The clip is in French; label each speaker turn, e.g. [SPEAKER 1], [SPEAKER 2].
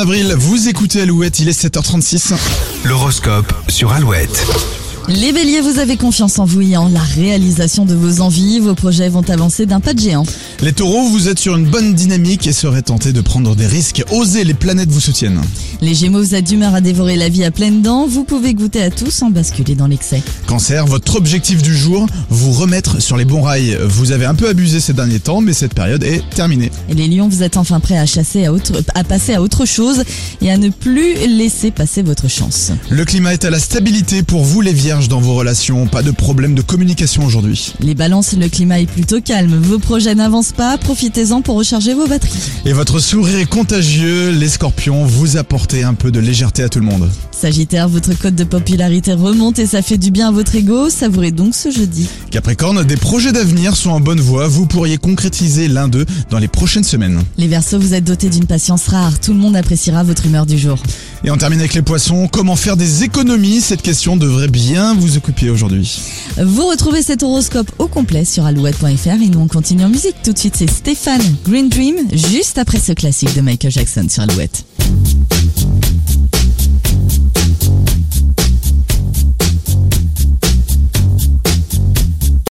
[SPEAKER 1] avril, vous écoutez Alouette, il est 7h36.
[SPEAKER 2] L'horoscope sur Alouette.
[SPEAKER 3] Les béliers, vous avez confiance en vous et en la réalisation de vos envies. Vos projets vont avancer d'un pas de géant.
[SPEAKER 1] Les taureaux, vous êtes sur une bonne dynamique et serez tentés de prendre des risques. Osez, les planètes vous soutiennent.
[SPEAKER 3] Les gémeaux, vous êtes d'humeur à dévorer la vie à pleines dents. Vous pouvez goûter à tout sans basculer dans l'excès.
[SPEAKER 1] Cancer, votre objectif du jour, vous remettre sur les bons rails. Vous avez un peu abusé ces derniers temps, mais cette période est terminée.
[SPEAKER 3] Et les lions, vous êtes enfin prêts à passer à autre chose et à ne plus laisser passer votre chance.
[SPEAKER 1] Le climat est à la stabilité pour vous les vierges dans vos relations. Pas de problème de communication aujourd'hui.
[SPEAKER 3] Les balances, le climat est plutôt calme. Vos projets n'avancent pas, profitez-en pour recharger vos batteries.
[SPEAKER 1] Et votre sourire est contagieux. Les scorpions, vous apportez un peu de légèreté à tout le monde.
[SPEAKER 3] Sagittaire, votre cote de popularité remonte et ça fait du bien à votre ego. Savourez donc ce jeudi.
[SPEAKER 1] Capricorne, des projets d'avenir sont en bonne voie. Vous pourriez concrétiser l'un d'eux dans les prochaines semaines.
[SPEAKER 3] Les Verseaux, vous êtes dotés d'une patience rare. Tout le monde appréciera votre humeur du jour.
[SPEAKER 1] Et on termine avec les poissons. Comment faire des économies? Cette question devrait bien vous occuper aujourd'hui.
[SPEAKER 3] Vous retrouvez cet horoscope au complet sur alouette.fr et nous on continue en musique. Tout de suite, c'est Stéphane, Green Dream, juste après ce classique de Michael Jackson sur Alouette.